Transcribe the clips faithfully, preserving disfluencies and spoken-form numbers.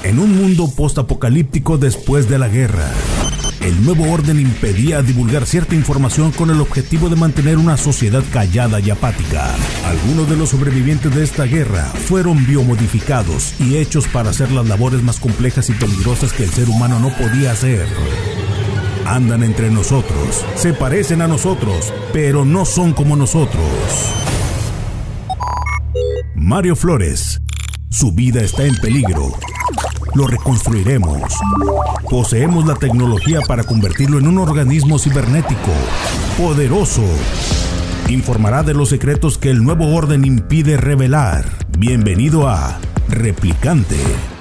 En un mundo postapocalíptico después de la guerra, el nuevo orden impedía divulgar cierta información con el objetivo de mantener una sociedad callada y apática. Algunos de los sobrevivientes de esta guerra fueron biomodificados y hechos para hacer las labores más complejas y peligrosas que el ser humano no podía hacer. Andan entre nosotros, se parecen a nosotros, pero no son como nosotros. Mario Flores. Su vida está en peligro. Lo reconstruiremos. Poseemos la tecnología para convertirlo en un organismo cibernético poderoso. Informará de los secretos que el nuevo orden impide revelar. Bienvenido a Replicante.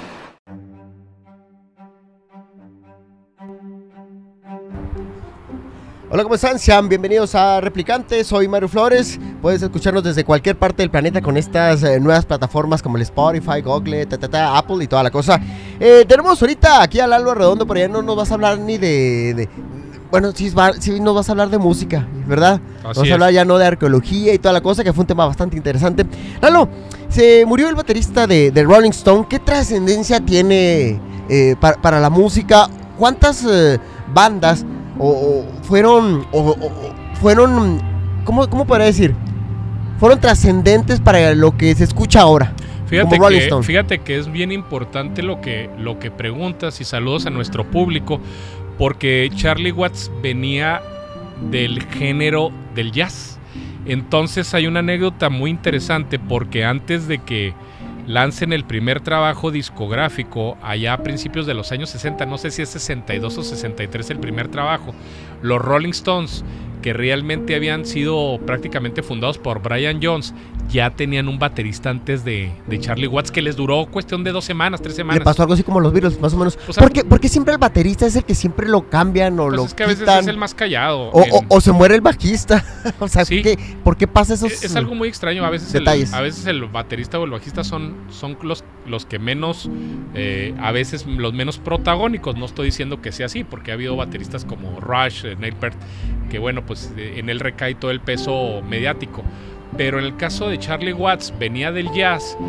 Hola, ¿cómo están? Sean bienvenidos a Replicante, soy Mario Flores. Puedes escucharnos desde cualquier parte del planeta con estas eh, nuevas plataformas como el Spotify, Google, ta, ta, ta, Apple y toda la cosa. eh, Tenemos ahorita aquí a Lalo Redondo, pero ya no nos vas a hablar ni de... de bueno, sí, va, sí nos vas a hablar de música, ¿verdad? Así Vamos a hablar es. ya no de arqueología y toda la cosa, que fue un tema bastante interesante. Lalo, se murió el baterista de, de Rolling Stone. ¿Qué trascendencia tiene eh, para, para la música? ¿Cuántas eh, bandas O, o fueron, o, o, fueron, ¿cómo, cómo podría decir? Fueron trascendentes para lo que se escucha ahora. Fíjate que, fíjate que es bien importante lo que, lo que preguntas, y saludos a nuestro público, porque Charlie Watts venía del género del jazz. Entonces hay una anécdota muy interesante, porque antes de que lancen el primer trabajo discográfico allá a principios de los años sesenta, no sé si es sesenta y dos o sesenta y tres el primer trabajo, los Rolling Stones, que realmente habían sido prácticamente fundados por Brian Jones, ya tenían un baterista antes de, de Charlie Watts, que les duró cuestión de dos semanas, tres semanas. Le pasó algo así como los Beatles, más o menos. O sea, ¿Por qué, ¿Por qué siempre el baterista es el que siempre lo cambian o pues lo es que quitan? A veces es el más callado. O, en... o, o se muere el bajista. O sea, sí. ¿qué, ¿por qué pasa esos Es, es algo muy extraño. A veces, detalles. El, a veces el baterista o el bajista son, son los, los que menos, eh, a veces los menos protagónicos. No estoy diciendo que sea así, porque ha habido bateristas como Rush, eh, Neil Peart, que bueno, pues en él recae todo el peso mediático. Pero en el caso de Charlie Watts, venía del jazz,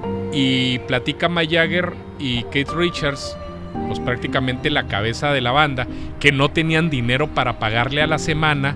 y platica Mick Jagger y Keith Richards, pues prácticamente la cabeza de la banda, que no tenían dinero para pagarle a la semana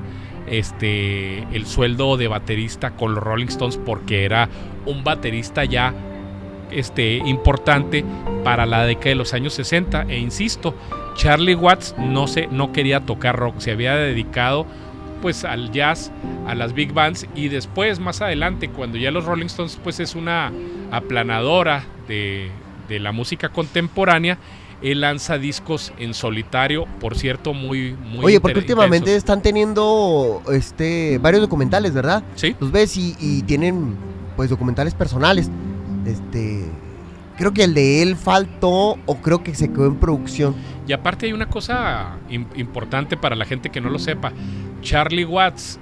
este el sueldo de baterista con los Rolling Stones, porque era un baterista ya este importante para la década de los años sesenta. E insisto, Charlie Watts no se no quería tocar rock, se había dedicado pues al jazz, a las big bands, y después más adelante, cuando ya los Rolling Stones pues es una aplanadora de, de la música contemporánea, él lanza discos en solitario, por cierto, muy muy Oye, porque últimamente intensos. Están teniendo este varios documentales, ¿verdad? Sí. Los ves y, y tienen pues documentales personales. Este, creo que el de él faltó, o creo que se quedó en producción. Y aparte hay una cosa importante para la gente que no lo sepa. Charlie Watts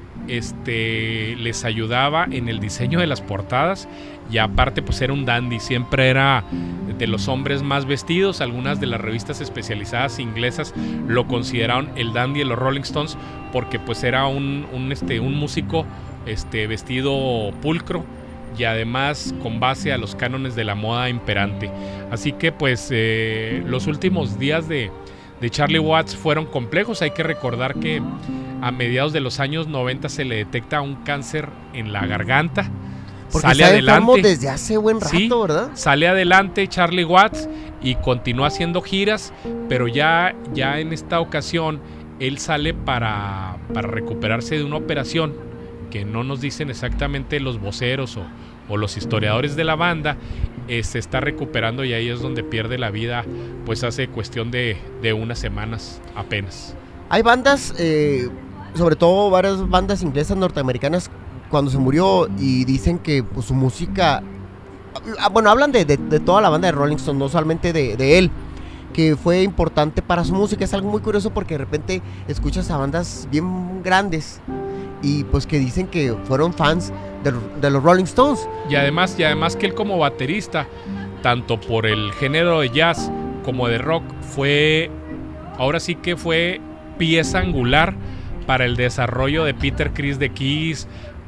este, les ayudaba en el diseño de las portadas, y aparte pues era un dandy, siempre era de los hombres más vestidos. Algunas de las revistas especializadas inglesas lo consideraron el dandy de los Rolling Stones, porque pues era un, un, este, un músico este, vestido pulcro, y además con base a los cánones de la moda imperante. Así que pues eh, los últimos días de, de Charlie Watts fueron complejos. Hay que recordar que a mediados de los años noventa se le detecta un cáncer en la garganta. Porque sale está adelante desde hace buen rato, sí, ¿verdad? Sale adelante Charlie Watts y continúa haciendo giras, pero ya, ya en esta ocasión él sale para, para recuperarse de una operación que no nos dicen exactamente los voceros o, o los historiadores de la banda. Eh, se está recuperando, y ahí es donde pierde la vida, pues hace cuestión de, de unas semanas apenas. Hay bandas, eh, sobre todo varias bandas inglesas, norteamericanas, cuando se murió, y dicen que pues, su música, bueno, hablan de, de, de toda la banda de Rolling Stone, no solamente de, de él, que fue importante para su música. Es algo muy curioso, porque de repente escuchas a bandas bien grandes y pues que dicen que fueron fans de, de los Rolling Stones. Y además, y además que él como baterista, tanto por el género de jazz como de rock, fue, ahora sí que fue pieza angular para el desarrollo de Peter Criss de Kiss,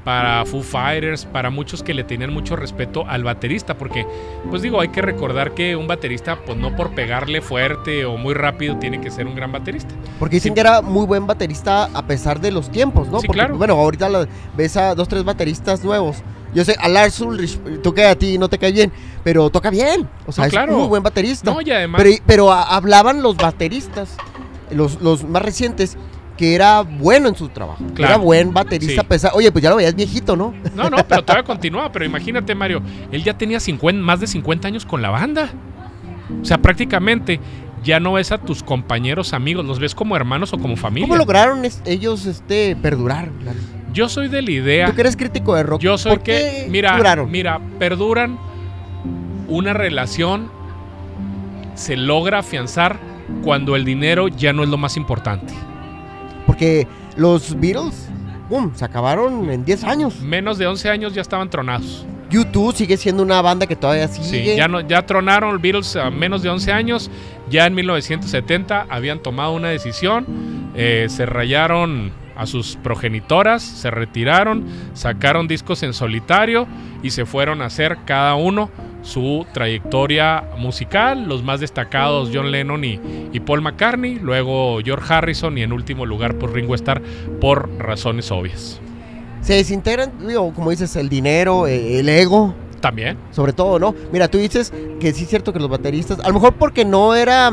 para Foo Fighters, para muchos que le tenían mucho respeto al baterista, porque pues digo, hay que recordar que un baterista pues no por pegarle fuerte o muy rápido tiene que ser un gran baterista. Porque dicen Sí. que era muy buen baterista a pesar de los tiempos, ¿no? Sí, Porque, claro. bueno, ahorita la- ves a dos, tres bateristas nuevos. Yo sé, a Lars Ulrich, tú que a ti no te cae bien, pero toca bien. O sea, No, es claro. muy buen baterista. No, y además Pero, pero a- hablaban los bateristas, los, los más recientes, que era bueno en su trabajo. que Claro. Era buen baterista, Sí. a pesar. Oye, pues ya lo veías viejito, ¿no? No, no, pero todavía continúa. Pero imagínate, Mario, él ya tenía cincuenta, más de cincuenta años con la banda. O sea, prácticamente ya no ves a tus compañeros amigos, los ves como hermanos o como familia. ¿Cómo lograron es- ellos este, perdurar? Lalo? Yo soy de la idea. Tú que eres crítico de rock. Yo soy ¿por que, qué mira, duraron? mira, perduran una relación, se logra afianzar cuando el dinero ya no es lo más importante. Porque los Beatles, ¡pum!, se acabaron en diez años. Menos de once años ya estaban tronados. U dos sigue siendo una banda que todavía sigue. Sí, ya, no, ya tronaron los Beatles a menos de once años. Ya en mil novecientos setenta habían tomado una decisión, eh, se rayaron a sus progenitoras, se retiraron, sacaron discos en solitario y se fueron a hacer cada uno su trayectoria musical. Los más destacados, John Lennon y, y Paul McCartney, luego George Harrison y en último lugar pues Ringo Starr, por razones obvias. Se desintegran, digo, como dices, el dinero, eh, el ego, También. sobre todo, ¿no? Mira, tú dices que sí es cierto que los bateristas, a lo mejor porque no era...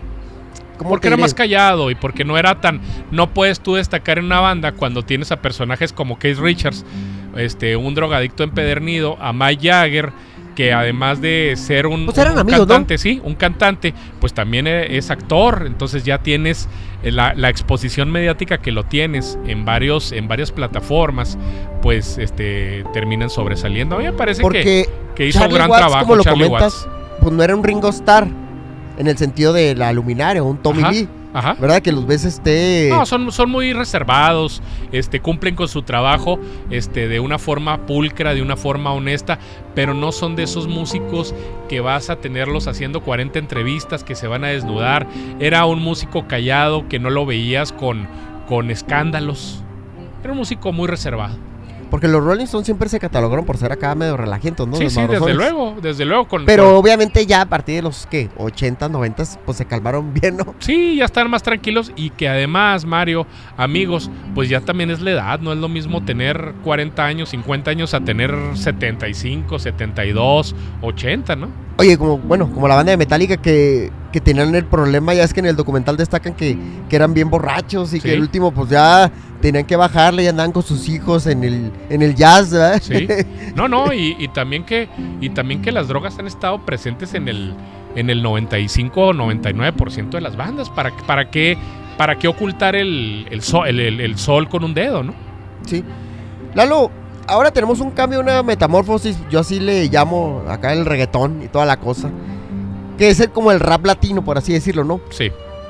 ¿cómo Porque te era diré? más callado y porque no era tan... No puedes tú destacar en una banda cuando tienes a personajes como Keith Richards, este, un drogadicto empedernido, a Mike Jagger, que además de ser un, Pues eran un amigos, ¿no? cantante, sí, un cantante, pues también e- es actor, entonces ya tienes eh, la, la exposición mediática que lo tienes en varios, en varias plataformas, pues este terminan sobresaliendo. A mí me parece que, Porque que hizo Charlie gran Watts, trabajo como lo Charlie comentas, Watts. pues no era un Ringo Starr en el sentido de la luminaria, un Tommy Ajá, Lee, Ajá. ¿verdad? Que los ves este... No, son, son muy reservados, este, cumplen con su trabajo este, de una forma pulcra, de una forma honesta, pero no son de esos músicos que vas a tenerlos haciendo cuarenta entrevistas, que se van a desnudar. Era un músico callado, que no lo veías con, con escándalos. Era un músico muy reservado. Porque los Rolling Stones siempre se catalogaron por ser acá medio relajientos, ¿no? Sí, Los sí, desde marrozones. luego, desde luego. Con, Pero con- obviamente ya a partir de los, ¿qué? ochenta, noventa, pues se calmaron bien, ¿no? Sí, ya están más tranquilos y que además, Mario, amigos, pues ya también es la edad, no es lo mismo tener cuarenta años, cincuenta años a tener setenta y cinco, setenta y dos, ochenta, ¿no? Oye, como, bueno, como la banda de Metallica que, que tenían el problema, ya es que en el documental destacan que, que eran bien borrachos y Sí. que el último pues ya tenían que bajarle y andaban con sus hijos en el, en el jazz, ¿verdad? Sí. No, no, y, y también que y también que las drogas han estado presentes en el en el noventa y cinco o noventa y nueve por ciento de las bandas. ¿Para, para qué para qué ocultar el, el, sol, el, el- el sol con un dedo, no? Sí. Lalo, ahora tenemos un cambio, una metamorfosis, yo así le llamo acá el reggaetón y toda la cosa, que es el- como el rap latino, por así decirlo, ¿no? Sí.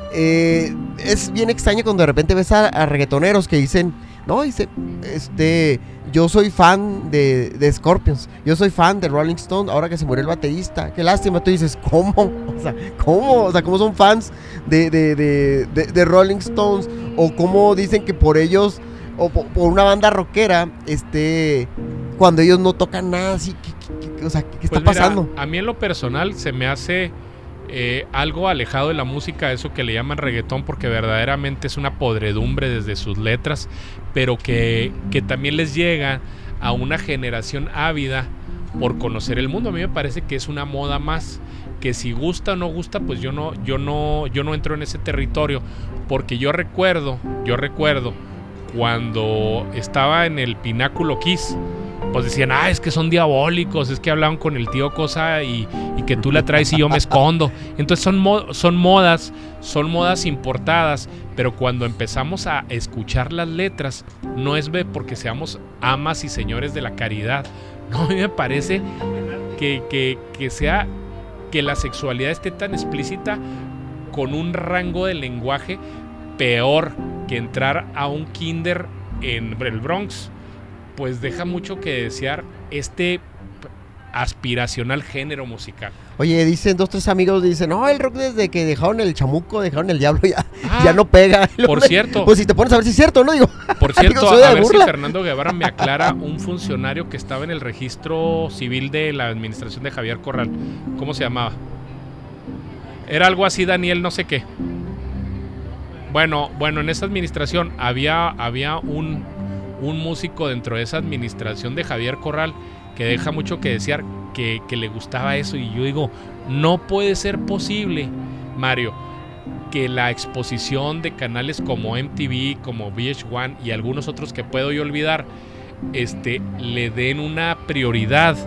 Eh, es bien extraño cuando de repente ves a, a reggaetoneros que dicen, no, dice, este, yo soy fan de, de Scorpions, yo soy fan de Rolling Stone, ahora que se murió el baterista, qué lástima. Tú dices, ¿cómo? O sea, ¿cómo? O sea, ¿cómo son fans de, de, de, de, de Rolling Stones? O cómo dicen que por ellos, o po- por una banda rockera, este, cuando ellos no tocan nada así, ¿qué, qué- qué- o sea, ¿qué, qué está Pues mira, pasando? a mí en lo personal se me hace eh, algo alejado de la música, eso que le llaman reggaetón, porque verdaderamente es una podredumbre desde sus letras, pero que, que también les llega a una generación ávida por conocer el mundo. A mí me parece que es una moda más, que si gusta o no gusta, pues yo no, yo no, yo no entro en ese territorio, porque yo recuerdo, yo recuerdo cuando estaba en el Pináculo Kiss, pues decían, ah, es que son diabólicos, es que hablaban con el tío Cosa y, y que tú la traes y yo me escondo. Entonces son, mo- son modas, son modas importadas, pero cuando empezamos a escuchar las letras, no es ve porque seamos amas y señores de la caridad. No, a mí me parece que, que, que sea, que la sexualidad esté tan explícita con un rango de lenguaje peor que entrar a un kinder en el Bronx, pues deja mucho que desear. Este, aspiracional género musical. Oye, dicen dos, tres amigos, dicen, no, el rock desde que dejaron el chamuco, dejaron el diablo, ya, Ah, ya no pega. por cierto. Pues si te pones a ver si es cierto, ¿no? Digo, Por digo, cierto, soy de a ver burla. si Fernando Guevara me aclara un funcionario que estaba en el registro civil de la administración de Javier Corral. ¿Cómo se llamaba? Era algo así, Daniel, no sé qué. Bueno, bueno, en esa administración había, había un, un músico dentro de esa administración de Javier Corral que deja mucho que desear, que, que le gustaba eso. Y yo digo, no puede ser posible, Mario, que la exposición de canales como M T V, como V H uno y algunos otros que puedo yo olvidar, este, le den una prioridad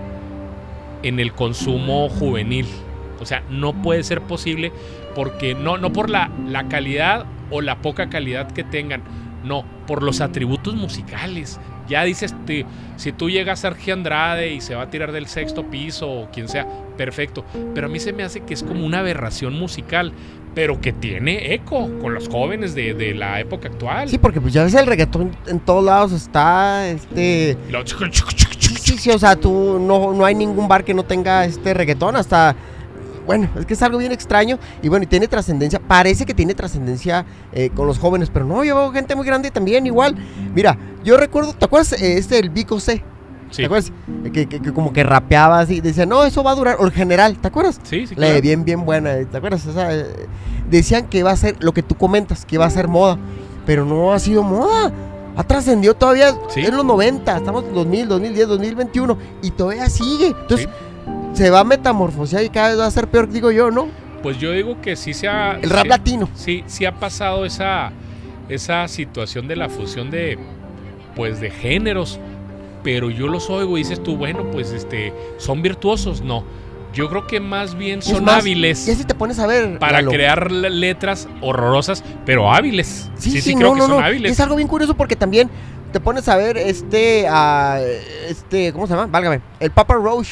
en el consumo juvenil. O sea, no puede ser posible, porque no, no por la, la calidad o la poca calidad que tengan, no, por los atributos musicales. Ya dices, te, si tú llegas a Sergio Andrade y se va a tirar del sexto piso o quien sea, perfecto. Pero a mí se me hace que es como una aberración musical, pero que tiene eco con los jóvenes de, de la época actual. Sí, porque pues ya ves el reggaetón en todos lados está, este... Lo- Sí, sí, o sea, tú, no, no hay ningún bar que no tenga este reggaetón, hasta... Bueno, es que es algo bien extraño y bueno, y tiene trascendencia, parece que tiene trascendencia eh, con los jóvenes, pero no, yo veo gente muy grande también igual. Mira, yo recuerdo, ¿te acuerdas eh, este, el Vico C? Sí. ¿Te acuerdas? Eh, Que, que, que como que rapeaba así, decía, no, eso va a durar, o el general, ¿te acuerdas? Sí, sí, La claro. de bien, bien buena, ¿te acuerdas? O sea, eh, decían que iba a ser lo que tú comentas, que iba a ser moda, pero no ha sido moda. Ha trascendido todavía Sí. en los noventa, estamos en dos mil, dos mil diez, dos mil veintiuno y todavía sigue. Entonces, Sí. se va a metamorfosear y cada vez va a ser peor, digo yo, ¿no? Pues yo digo que sí se ha... El rap sí, latino. Sí, sí ha pasado esa, esa situación de la fusión de, pues, de géneros, pero yo los oigo y dices tú, bueno, pues, este, ¿son virtuosos? No, yo creo que más bien Es son más, hábiles Ya si te pones a ver, para Lalo. crear le- letras horrorosas, pero hábiles. Sí, sí, sí, no, creo no, que son no. hábiles. Es algo bien curioso porque también te pones a ver este, a, este, ¿cómo se llama? Válgame, el Papa Roach,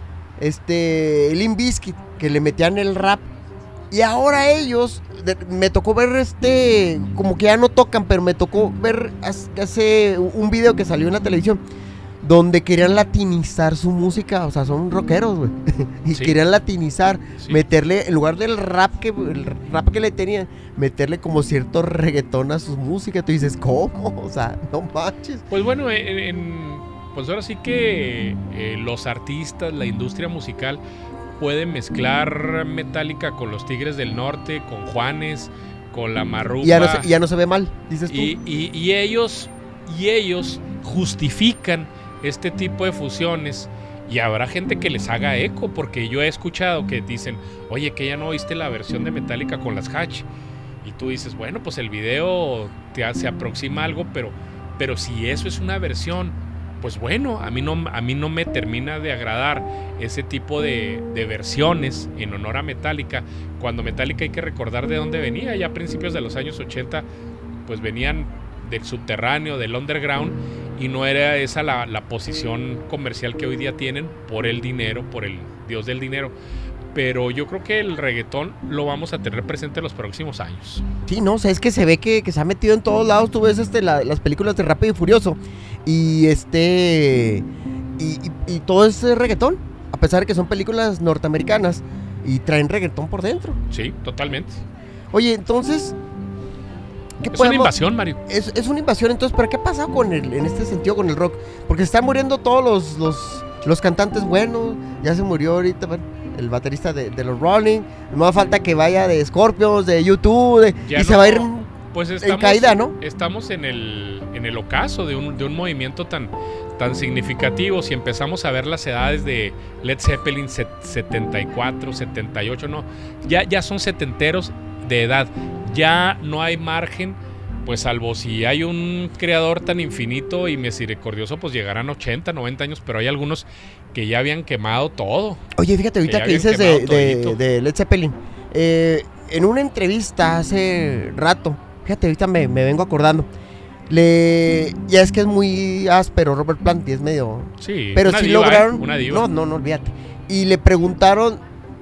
este, Limp Bizkit, que le metían el rap. Y ahora ellos, de- me tocó ver este, como que ya no tocan, pero me tocó ver hace, hace un video que salió en la televisión, donde querían latinizar su música, o sea, son rockeros, güey. Y Sí. querían latinizar, Sí. meterle, en lugar del rap que, el rap que le tenían, meterle como cierto reggaetón a su música. Tú dices, ¿cómo? O sea, no manches. Pues bueno, en, en- pues ahora sí que eh, los artistas, la industria musical puede mezclar Metallica con los Tigres del Norte, con Juanes, con la Marrufa. Y ya no se, y ya no se ve mal, dices tú. y, y- y ellos y ellos justifican este tipo de fusiones, y habrá gente que les haga eco, porque yo he escuchado que dicen, oye, que ya no oíste la versión de Metallica con las Hatch, y tú dices, bueno, pues el video te hace, se aproxima a algo, pero, pero si eso es una versión, pues bueno, a mí no, a mí no me termina de agradar ese tipo de, de versiones en honor a Metallica, cuando Metallica, hay que recordar de dónde venía. Ya a principios de los años ochenta, pues venían del subterráneo, del underground, y no era esa la, la posición comercial que hoy día tienen por el dinero, por el dios del dinero. Pero yo creo que el reggaetón lo vamos a tener presente en los próximos años. Sí, no, o sea, es que se ve que, que se ha metido en todos lados. Tú ves este, la- las películas de Rápido y Furioso. Y este. Y, y- y todo es eh, reggaetón. A pesar de que son películas norteamericanas. Y traen reggaetón por dentro. Sí, totalmente. Oye, entonces. ¿qué Es una podemos- invasión, Mario. Es, es una invasión, entonces, ¿pero qué ha pasado con el, en este sentido con el rock? Porque se están muriendo todos los, los, los cantantes buenos. Ya se murió ahorita, bueno, el baterista de, de los Rolling. No hace falta que vaya de Scorpions, de YouTube, de, Ya y se no- va a ir Pues en estamos, caída, ¿no? estamos en el, en el ocaso de un, de un movimiento tan, tan significativo. Si empezamos a ver las edades de Led Zeppelin, set- setenta y cuatro, setenta y ocho, no, ya, ya son setenteros de edad. Ya no hay margen, pues salvo si hay un creador tan infinito y misericordioso, pues llegarán ochenta, noventa años, pero hay algunos que ya habían quemado todo. Oye, fíjate, ahorita ya que habían dices de, quemado de, todito. de Led Zeppelin, eh, en una entrevista hace rato, fíjate, ahorita me, me vengo acordando, le ya es que es muy áspero Robert Plant y es medio... Sí, Pero una sí diva, ¿eh? lograron... Una diva. No, no, no, olvídate. Y le preguntaron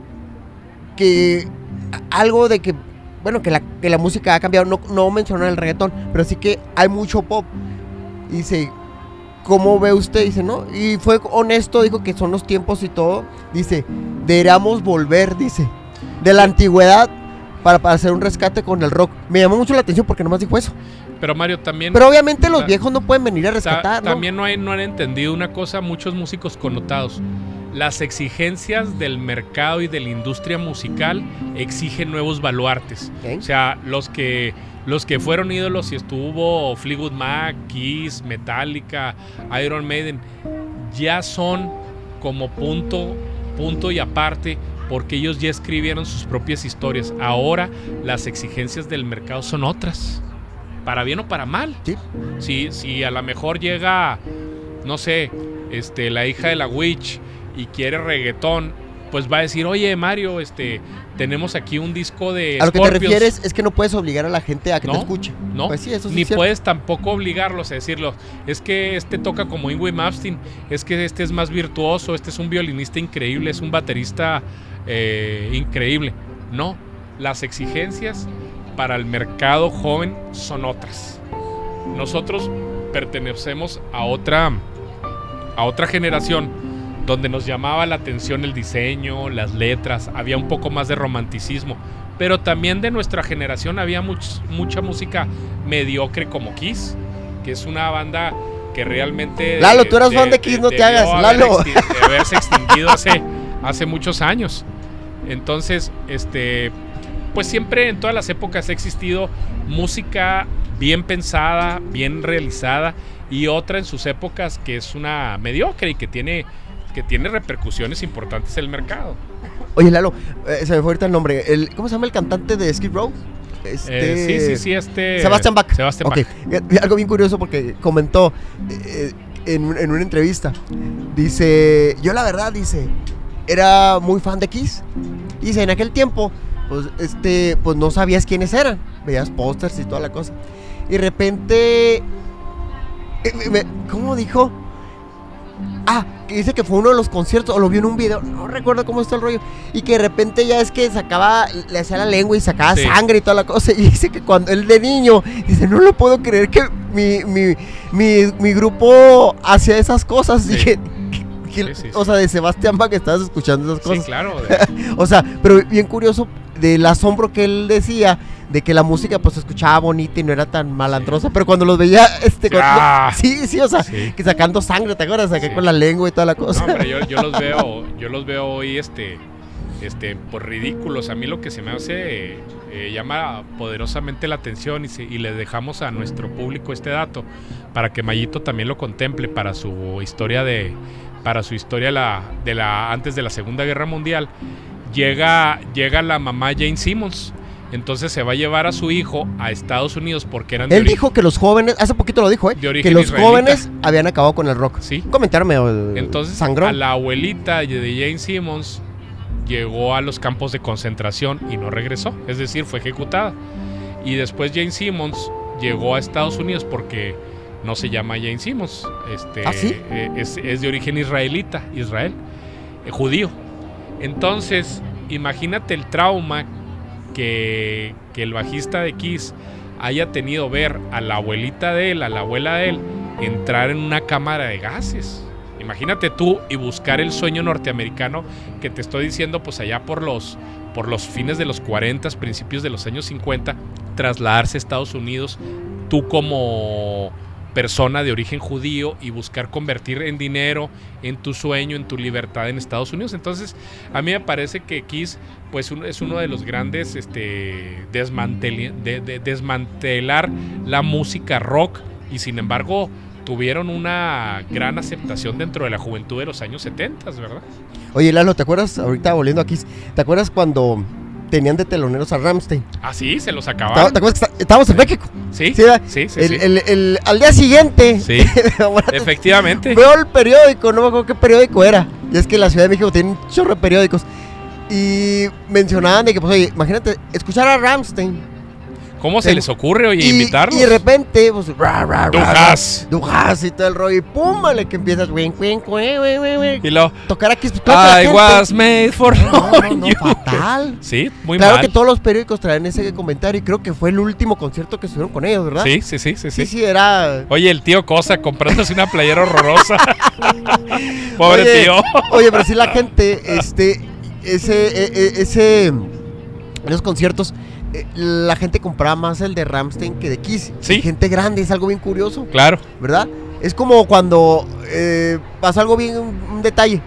que algo de que, bueno, que la, que la música ha cambiado, no, no mencionaron el reggaetón, pero sí que hay mucho pop. Y dice, ¿cómo ve usted? Dice, ¿no? Y fue honesto, dijo que son los tiempos y todo. Dice, deberíamos volver, dice, de la antigüedad para, para hacer un rescate con el rock. Me llamó mucho la atención porque nomás dijo eso. Pero Mario, también... Pero obviamente los ta, viejos no pueden venir a rescatar, ta, ¿no? También no, hay, no han entendido una cosa, muchos músicos connotados. Las exigencias del mercado y de la industria musical exigen nuevos baluartes. ¿Okay? O sea, los que, los que fueron ídolos y estuvo Fleetwood Mac, Kiss, Metallica, Iron Maiden, ya son como punto, punto y aparte, porque ellos ya escribieron sus propias historias. Ahora las exigencias del mercado son otras, para bien o para mal. Sí. Si, si a lo mejor llega, no sé, este, la hija de la Witch y quiere reggaetón, pues va a decir, oye Mario, este, tenemos aquí un disco de A lo que te Scorpions. refieres es que no puedes obligar a la gente a que No, te escuche. No, Pues sí, eso sí ni es cierto. puedes tampoco obligarlos a decirlo. Es que este toca como Yngwie Malmsteen, es que este es más virtuoso, este es un violinista increíble, es un baterista eh, increíble. No, las exigencias para el mercado joven son otras. Nosotros pertenecemos a otra, a otra generación donde nos llamaba la atención el diseño, las letras, había un poco más de romanticismo, pero también de nuestra generación había much, mucha música mediocre como Kiss, que es una banda que realmente... Lalo, tú eras fan de Kiss, no te hagas, Lalo. Haber extin- de haberse extinguido hace, hace muchos años. Entonces, este, pues siempre en todas las épocas ha existido música bien pensada, bien realizada, y otra en sus épocas que es una mediocre y que tiene... que tiene repercusiones importantes en el mercado. Oye, Lalo, eh, se me fue ahorita el nombre. El, ¿Cómo se llama el cantante de Skid Row? Este... Eh, sí, sí, sí, este... Sebastian Bach. Sebastian okay. Bach. Eh, Algo bien curioso porque comentó eh, en, en una entrevista. Dice, yo la verdad, dice, era muy fan de Kiss. Dice, en aquel tiempo, pues, este, pues no sabías quiénes eran. Veías pósters y toda la cosa. Y de repente... Eh, me, ¿Cómo dijo? Ah, que dice que fue uno de los conciertos, o lo vio en un video, no recuerdo cómo está el rollo, y que de repente ya es que sacaba, le hacía la lengua y sacaba sí. sangre y toda la cosa, y dice que cuando él de niño, dice, no lo puedo creer que mi, mi, mi, mi grupo hacía esas cosas, sí. Dije, que, que, sí, sí, o sea, de Sebastián Bach que estabas escuchando esas cosas. Sí, claro. O sea, pero bien curioso del asombro que él decía de que la música pues se escuchaba bonita y no era tan malandrosa, sí. Pero cuando los veía este con, ah, sí, sí, o sea, sí. que sacando sangre, ¿te acuerdas? Acá sí. con la lengua y toda la cosa. No, hombre, yo, yo los veo, yo los veo hoy este este por ridículos. A mí lo que se me hace eh, llama poderosamente la atención y, se, y le dejamos a nuestro público este dato para que Mayito también lo contemple para su historia de para su historia la, de la antes de la Segunda Guerra Mundial. Llega llega la mamá Jane Simmons. Entonces se va a llevar a su hijo a Estados Unidos porque eran de Él dijo que los jóvenes, hace poquito lo dijo, ¿eh? De origen que los israelita. jóvenes habían acabado con el rock. Sí. Comentarme, entonces sangrón. A la abuelita de Jane Simmons llegó a los campos de concentración y no regresó, es decir, fue ejecutada. Y después Jane Simmons llegó a Estados Unidos porque no se llama Jane Simmons, este, ¿Ah, sí? es, es de origen israelita, Israel, eh, judío. Entonces, imagínate el trauma que, que el bajista de Kiss haya tenido ver a la abuelita de él, a la abuela de él, entrar en una cámara de gases. Imagínate tú y buscar el sueño norteamericano que te estoy diciendo, pues allá por los, por los fines de los cuarenta, principios de los años cincuenta, trasladarse a Estados Unidos, tú como persona de origen judío y buscar convertir en dinero, en tu sueño, en tu libertad en Estados Unidos. Entonces, a mí me parece que Kiss pues es uno de los grandes este, desmantel- de, de, desmantelar la música rock y sin embargo tuvieron una gran aceptación dentro de la juventud de los años setenta, ¿verdad? Oye, Lalo, ¿te acuerdas? Ahorita volviendo a Kiss, ¿te acuerdas cuando tenían de teloneros a Rammstein? Ah, sí, se los acabaron. ¿Te acuerdas que está, estábamos en México? Sí, sí, sí, sí, el, sí. El, el, el, al día siguiente, sí, efectivamente. Veo el periódico, no me acuerdo qué periódico era. Y es que la Ciudad de México tiene un chorro de periódicos. Y mencionaban de que, pues, oye, imagínate, escuchar a Rammstein ¿Cómo se Ten- les ocurre, oye, y, invitarlos? y de repente, pues, ra, ra, ra, Dujas. ra, Dujas y todo el rollo. Y pum, vale, que empiezas, wink, wink, wink, wink, wink, wink. Y luego, Tocar aquí. Pues, claro que la I gente- was made for No, no, loving no, you. fatal. Sí, muy Claro mal. que todos los periódicos traen ese comentario y creo que fue el último concierto que estuvieron con ellos, ¿verdad? Sí, sí, sí, sí, sí, sí. sí, era... Oye, el tío Cosa comprándose una playera horrorosa. Pobre Oye, tío. Oye, pero sí la gente, este, ese, e- e- ese, en esos conciertos, eh, la gente compraba más el de Rammstein que de Kiss. Sí. Y gente grande, es algo bien curioso, Claro. ¿verdad? Es como cuando eh, pasa algo bien, un, un detalle.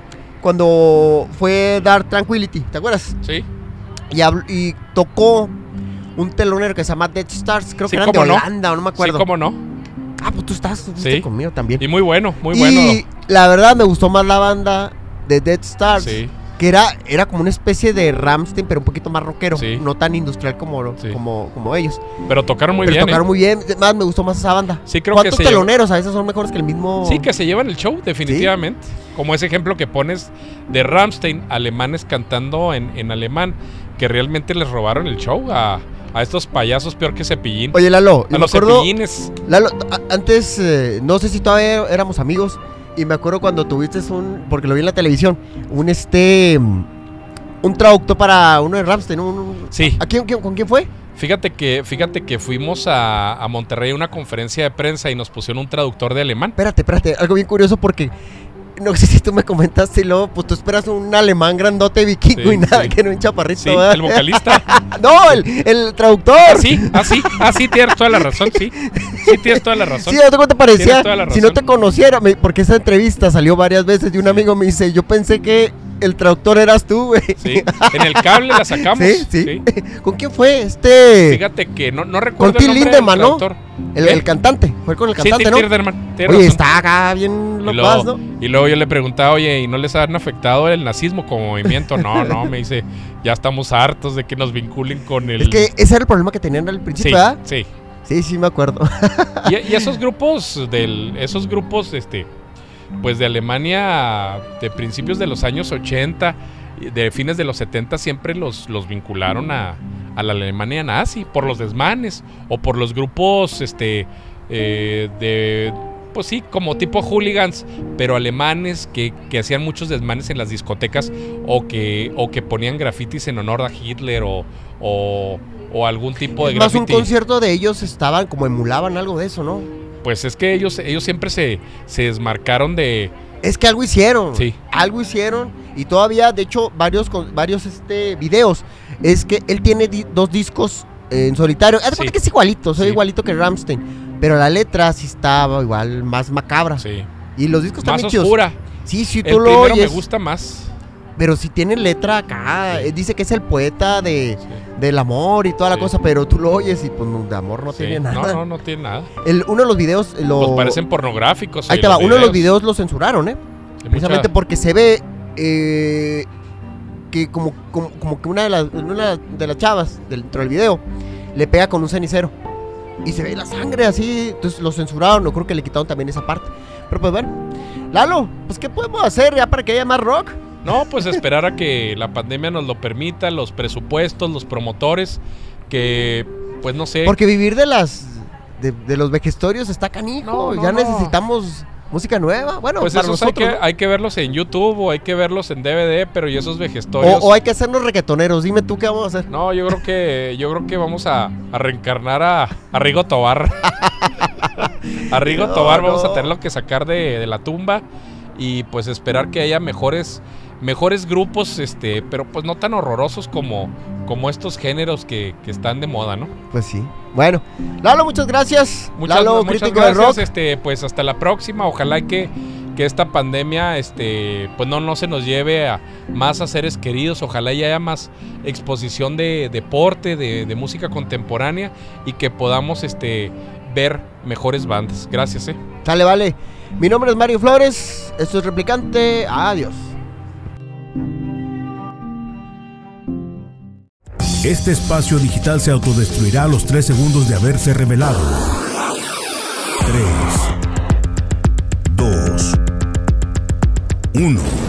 Cuando fue Dark Tranquility, ¿te acuerdas? Sí. Y, habl- y tocó un telonero que se llama Dead Stars, creo Sí, que eran de cómo no. Holanda, o no me acuerdo. Sí, cómo no. Ah, pues tú estás, tú fuiste Sí. conmigo también. Y muy bueno, muy y bueno. la verdad me gustó más la banda de Dead Stars. Sí. Que era, era como una especie de Rammstein, pero un poquito más rockero. Sí. No tan industrial como, Sí. como, como ellos. Pero tocaron muy pero bien. tocaron ¿eh? muy bien. Más me gustó más esa banda. Sí, creo que ¿Cuántos se llevó- teloneros a veces son mejores que el mismo? Sí, que se llevan el show, definitivamente. Como ese ejemplo que pones de Rammstein, alemanes cantando en, en alemán, que realmente les robaron el show a, a estos payasos peor que Cepillín. Oye, Lalo, a yo me los acuerdo, Cepillines. Lalo, a- antes, eh, no sé si todavía éramos amigos. Y me acuerdo cuando tuviste un, porque lo vi en la televisión, un este, mm, un traductor para uno de Rammstein. Un, un- Sí. ¿a quién, quién- ¿Con quién fue? Fíjate que, fíjate que fuimos a, a Monterrey a una conferencia de prensa y nos pusieron un traductor de alemán. Espérate, espérate, algo bien curioso porque no sé si tú me comentaste y luego, pues tú esperas un alemán grandote vikingo Sí, y nada, sí. que no un chaparrito. Sí, ¿verdad? el vocalista. No, el, el traductor. Así, así, así tienes toda la razón, sí. Sí tienes toda la razón. Sí, no te parecía, Tienes toda la si no razón. te conociera, me- porque esa entrevista salió varias veces y un amigo me dice, yo pensé que el traductor eras tú, güey. Sí, en el cable la sacamos. Sí, sí. ¿Con quién fue? Este... Fíjate que no, no recuerdo Con Till el nombre Lindemann, del ¿no? traductor. El, ¿Qué? el cantante, fue con el Sí, cantante, Till ¿no? Lindemann, tienes Oye, razón. está acá bien Y locuaz, luego, ¿no? y luego yo le preguntaba, oye, ¿y no les han afectado el nazismo como movimiento? No, no, me dice, ya estamos hartos de que nos vinculen con el... Es que ese era el problema que tenían al sí, principio, ¿verdad? sí. Sí, sí, me acuerdo. Y, y esos grupos del, esos grupos, este, pues de Alemania de principios de los años ochenta, de fines de los setenta, siempre los, los vincularon a, a la Alemania nazi, por los desmanes, o por los grupos, este, eh, de, pues sí, como tipo hooligans, pero alemanes que, que hacían muchos desmanes en las discotecas, o que, o que ponían grafitis en honor a Hitler, o, o, o algún tipo de Es más, un graffiti. concierto de ellos estaban como emulaban algo de eso, ¿no? Pues es que ellos, ellos siempre se, se desmarcaron de... Es que algo hicieron. Sí. Algo hicieron. Y todavía, de hecho, varios, con- varios este, videos. Es que él tiene di- dos discos eh, en solitario. Haz de Sí. cuenta que es igualito, soy Sí. igualito que Rammstein. Pero la letra sí estaba igual más macabra. Sí. Y los discos Más también chidos. oscura. Sí, sí, El tú lo primero oyes. me gusta más. Pero si tiene letra acá. Sí. eh, Dice que es el poeta de, Sí. del amor y toda la Sí. cosa. Pero tú lo oyes y pues no, de amor no Sí. tiene nada. No, no, no tiene nada. El, uno de los videos. eh, Lo... Pues parecen pornográficos. Ahí eh, te va. los Uno de los videos lo censuraron, ¿eh? Hay Precisamente mucha- porque se ve eh, que como, como, como que una de las, una de las chavas dentro del video le pega con un cenicero. Y se ve la sangre así. Entonces lo censuraron. No creo que le quitaron también esa parte. Pero pues bueno. Lalo, pues ¿qué podemos hacer ya para que haya más rock? No, pues esperar a que la pandemia nos lo permita, los presupuestos, los promotores, que pues no sé. Porque vivir de las de, de los vejestorios está canijo. No, no, ya no. necesitamos música nueva. Bueno, Pues para esos hay nosotros. que, ¿no? hay que verlos en YouTube o hay que verlos en D V D, pero y esos o, vejestorios. o hay que hacernos reggaetoneros. Dime tú qué vamos a hacer. No, yo creo que yo creo que vamos a, a reencarnar a, a Rigo Tobar. A Rigo No, Tobar vamos no. a tenerlo que sacar de, de la tumba y pues esperar que haya mejores mejores grupos, este, pero pues no tan horrorosos como, como estos géneros que, que están de moda, ¿no? Pues sí. Bueno, Lalo, muchas gracias. Muchas, Lalo, muchas crítico gracias, de rock. este, pues hasta la próxima. Ojalá que, que esta pandemia, este, pues no, no se nos lleve a más a seres queridos. Ojalá y haya más exposición de deporte, de, de música contemporánea y que podamos, este, ver mejores bandas. Gracias, eh. Sale, vale. Mi nombre es Mario Flores. Esto es Replicante. Adiós. Este espacio digital se autodestruirá a los tres segundos de haberse revelado. tres, dos, uno.